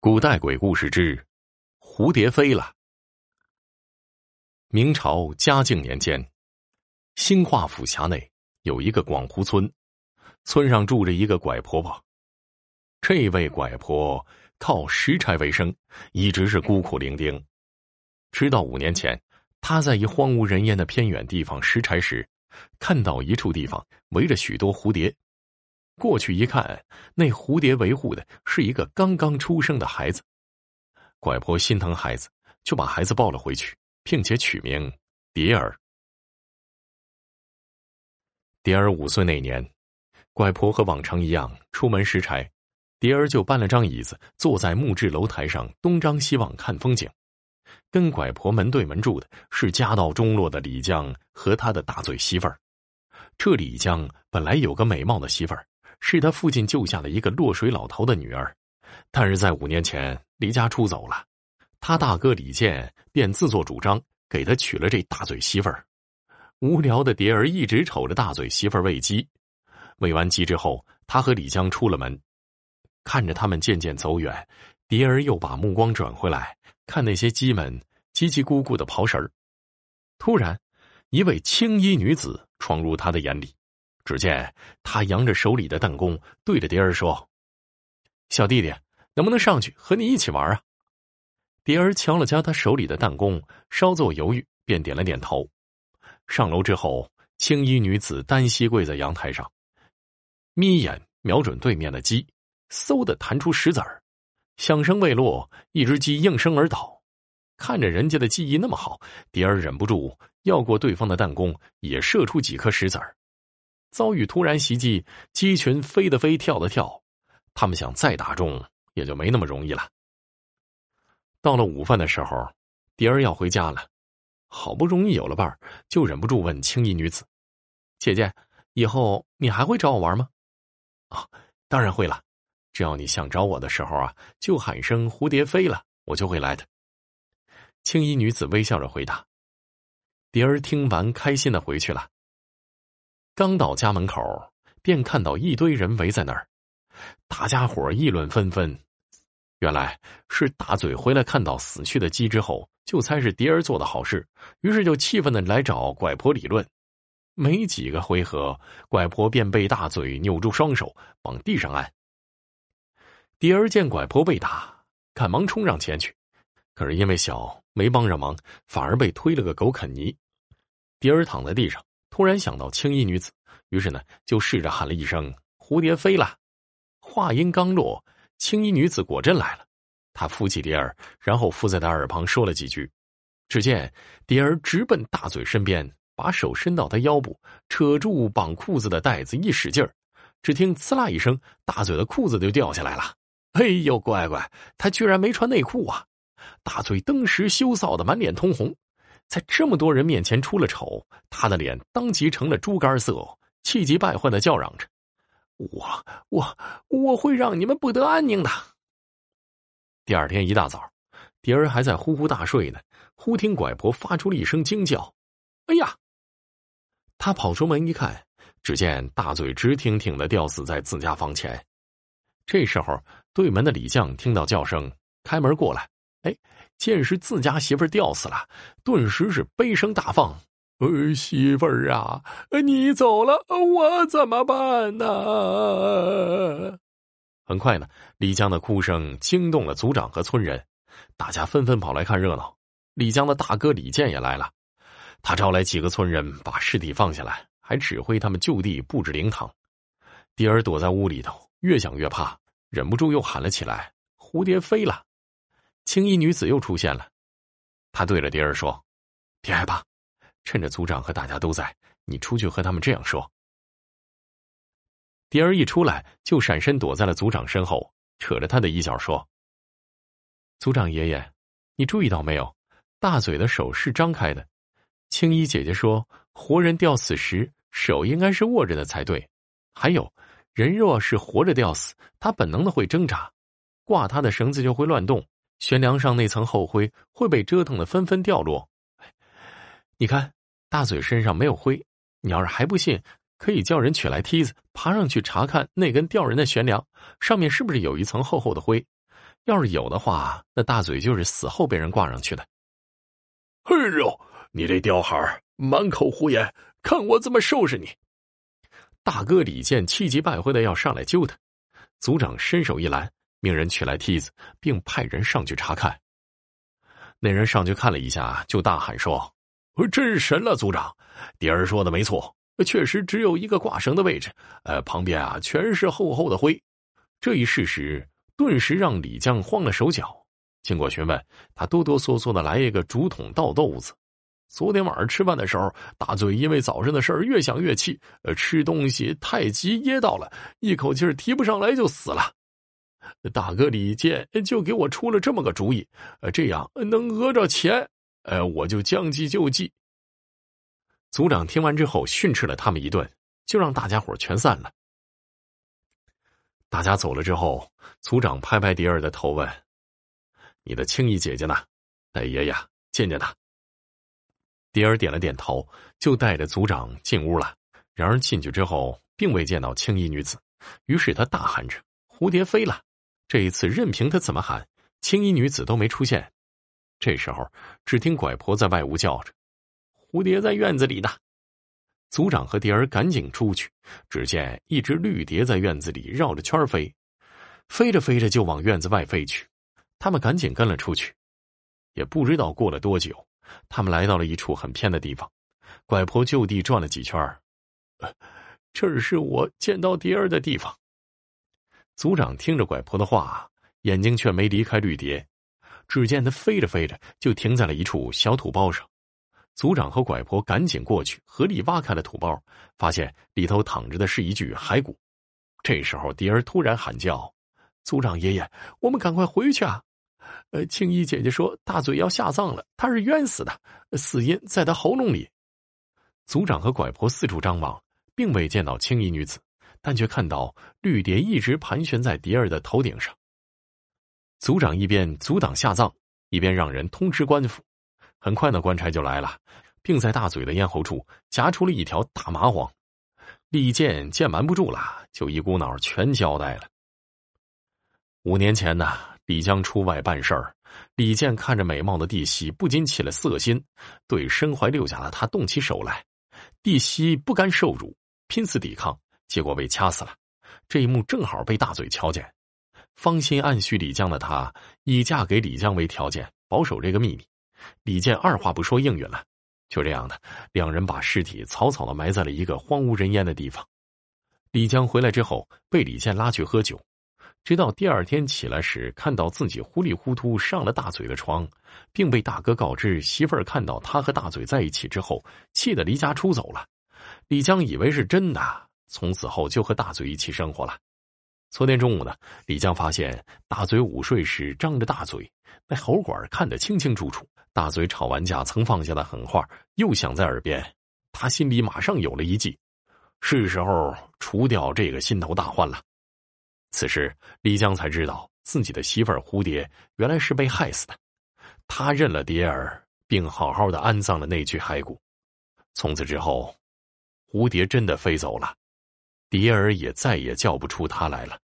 古代鬼故事之蝴蝶飞了。明朝嘉靖年间，兴化府辖内有一个广湖村，村上住着一个拐婆婆。这位拐婆靠拾柴为生，一直是孤苦伶仃。直到5年前，她在一荒无人烟的偏远地方拾柴时，看到一处地方围着许多蝴蝶。过去一看，那蝴蝶维护的是一个刚刚出生的孩子。拐婆心疼孩子，就把孩子抱了回去，并且取名蝶儿。蝶儿5岁那年，拐婆和往常一样出门拾柴，蝶儿就搬了张椅子，坐在木质楼台上东张西望看风景。跟拐婆门对门住的是家道中落的李江和他的大嘴媳妇儿。这李江本来有个美貌的媳妇儿，是他父亲救下的一个落水老头的女儿，但是在5年前离家出走了。他大哥李健便自作主张给他娶了这大嘴媳妇儿。无聊的蝶儿一直瞅着大嘴媳妇儿喂鸡，喂完鸡之后，他和李江出了门，看着他们渐渐走远，蝶儿又把目光转回来，看那些鸡们叽叽咕咕的刨食儿。突然，一位青衣女子闯入他的眼里。只见他扬着手里的弹弓，对着蝶儿说：“小弟弟，能不能上去和你一起玩啊？”蝶儿瞧了瞧他手里的弹弓，稍作犹豫，便点了点头。上楼之后，青衣女子单膝跪在阳台上，眯眼瞄准对面的鸡，嗖的弹出石子儿，响声未落，一只鸡应声而倒。看着人家的技艺那么好，蝶儿忍不住要过对方的弹弓，也射出几颗石子儿。遭遇突然袭击，鸡群飞的飞，跳的跳，他们想再打中也就没那么容易了。到了午饭的时候，蝶儿要回家了，好不容易有了伴儿，就忍不住问青衣女子：“姐姐，以后你还会找我玩吗？”“啊，当然会了，只要你想找我的时候啊，就喊声蝴蝶飞了，我就会来的。”青衣女子微笑着回答。蝶儿听完开心的回去了。刚到家门口，便看到一堆人围在那儿，大家伙议论纷纷。原来是大嘴回来看到死去的鸡之后，就猜是蝶儿做的好事，于是就气愤的来找拐婆理论。没几个回合，拐婆便被大嘴扭住双手往地上按。蝶儿见拐婆被打，赶忙冲上前去，可是因为小没帮上忙，反而被推了个狗啃泥。蝶儿躺在地上，突然想到青衣女子，于是呢就试着喊了一声“蝴蝶飞了”。话音刚落，青衣女子果真来了。她扶起蝶儿，然后附在她耳旁说了几句。只见蝶儿直奔大嘴身边，把手伸到他腰部，扯住绑裤子的带子一使劲儿，只听呲啦一声，大嘴的裤子就掉下来了。哎呦乖乖，他居然没穿内裤啊！大嘴当时羞臊的满脸通红，在这么多人面前出了丑，他的脸当即成了猪肝色，气急败坏的叫嚷着：“我会让你们不得安宁的！”第二天一大早，蝶儿还在呼呼大睡呢，忽听拐婆发出了一声惊叫：“哎呀！”他跑出门一看，只见大嘴直挺挺的吊死在自家房前。这时候，对门的李将听到叫声，开门过来，见是自家媳妇儿吊死了，顿时是悲声大放：“媳妇儿啊，你走了，我怎么办呢？”很快呢，李江的哭声惊动了族长和村人，大家纷纷跑来看热闹。李江的大哥李健也来了，他招来几个村人，把尸体放下来，还指挥他们就地布置灵堂。蝶儿躲在屋里头，越想越怕，忍不住又喊了起来：“蝴蝶飞了！”青衣女子又出现了，她对着蝶儿说：“别害怕，趁着族长和大家都在，你出去和他们这样说。”蝶儿一出来，就闪身躲在了族长身后，扯着他的衣角说：“族长爷爷，你注意到没有？大嘴的手是张开的。青衣姐姐说，活人吊死时手应该是握着的才对。还有，人若是活着吊死，他本能的会挣扎，挂他的绳子就会乱动，悬梁上那层厚灰会被折腾的纷纷掉落。你看，大嘴身上没有灰，你要是还不信，可以叫人取来梯子，爬上去查看那根吊人的悬梁，上面是不是有一层厚厚的灰。 要是有的话，那大嘴就是死后被人挂上去的。 哎呦，你这刁孩满口胡言，看我怎么收拾你！ 大哥李健气急败坏的要上来救他，族长伸手一拦，命人取来梯子，并派人上去查看。那人上去看了一下，就大喊说：“ 真神了，族长！蝶儿说的没错，确实只有一个挂绳的位置，旁边全是厚厚的灰。” 这一事实顿时让李将慌了手脚。经过询问，他哆哆嗦嗦的来一个竹筒倒豆子。昨天晚上吃饭的时候，大嘴因为早上的事儿越想越气，吃东西太急噎到了，一口气提不上来就死了。大哥李健就给我出了这么个主意，这样能讹着钱，我就将计就计。族长听完之后训斥了他们一顿，就让大家伙全散了。大家走了之后，族长拍拍蝶儿的头问：“你的青衣姐姐呢？带爷爷见见她。”蝶儿点了点头，就带着族长进屋了。然而进去之后，并未见到青衣女子，于是他大喊着：“蝴蝶飞了！”这一次任凭他怎么喊，青衣女子都没出现。这时候，只听拐婆在外屋叫着：“蝴蝶在院子里呢！”族长和蝶儿赶紧出去，只见一只绿蝶在院子里绕着圈飞，飞着飞着就往院子外飞去。他们赶紧跟了出去。也不知道过了多久，他们来到了一处很偏的地方，拐婆就地转了几圈。这是我见到蝶儿的地方。族长听着拐婆的话，眼睛却没离开绿蝶。只见他飞着飞着就停在了一处小土包上。族长和拐婆赶紧过去，合力挖开了土包，发现里头躺着的是一具骸骨。这时候蝶儿突然喊叫：“族长爷爷，我们赶快回去啊！青衣姐姐说大嘴要下葬了，他是冤死的，死因在他喉咙里。”族长和拐婆四处张望，并未见到青衣女子，但却看到绿蝶一直盘旋在蝶儿的头顶上。族长一边阻挡下葬，一边让人通知官府。很快呢，官差就来了，并在大嘴的咽喉处夹出了一条大麻黄。李健见瞒不住了，就一股脑全交代了。5年前呢，李江出外办事儿，李健看着美貌的弟媳，不禁起了色心，对身怀6甲的他动起手来。弟媳不甘受辱，拼死抵抗，结果被掐死了。这一幕正好被大嘴瞧见。芳心暗许李江的他，以嫁给李江为条件，保守这个秘密。李健二话不说应允了。就这样的，两人把尸体草草的埋在了一个荒无人烟的地方。李江回来之后，被李健拉去喝酒，直到第2天起来时，看到自己糊里糊涂上了大嘴的床，并被大哥告知媳妇儿看到他和大嘴在一起之后，气得离家出走了。李江以为是真的，从此后就和大嘴一起生活了。昨天中午呢，李江发现大嘴午睡时张着大嘴，那喉管看得清清楚楚。大嘴吵完架曾放下的狠话又响在耳边，他心里马上有了一计，是时候除掉这个心头大患了。此时李江才知道自己的媳妇儿蝴蝶原来是被害死的，他认了蝶儿，并好好的安葬了那具骸骨。从此之后，蝴蝶真的飞走了，蝶儿也再也叫不出他来了。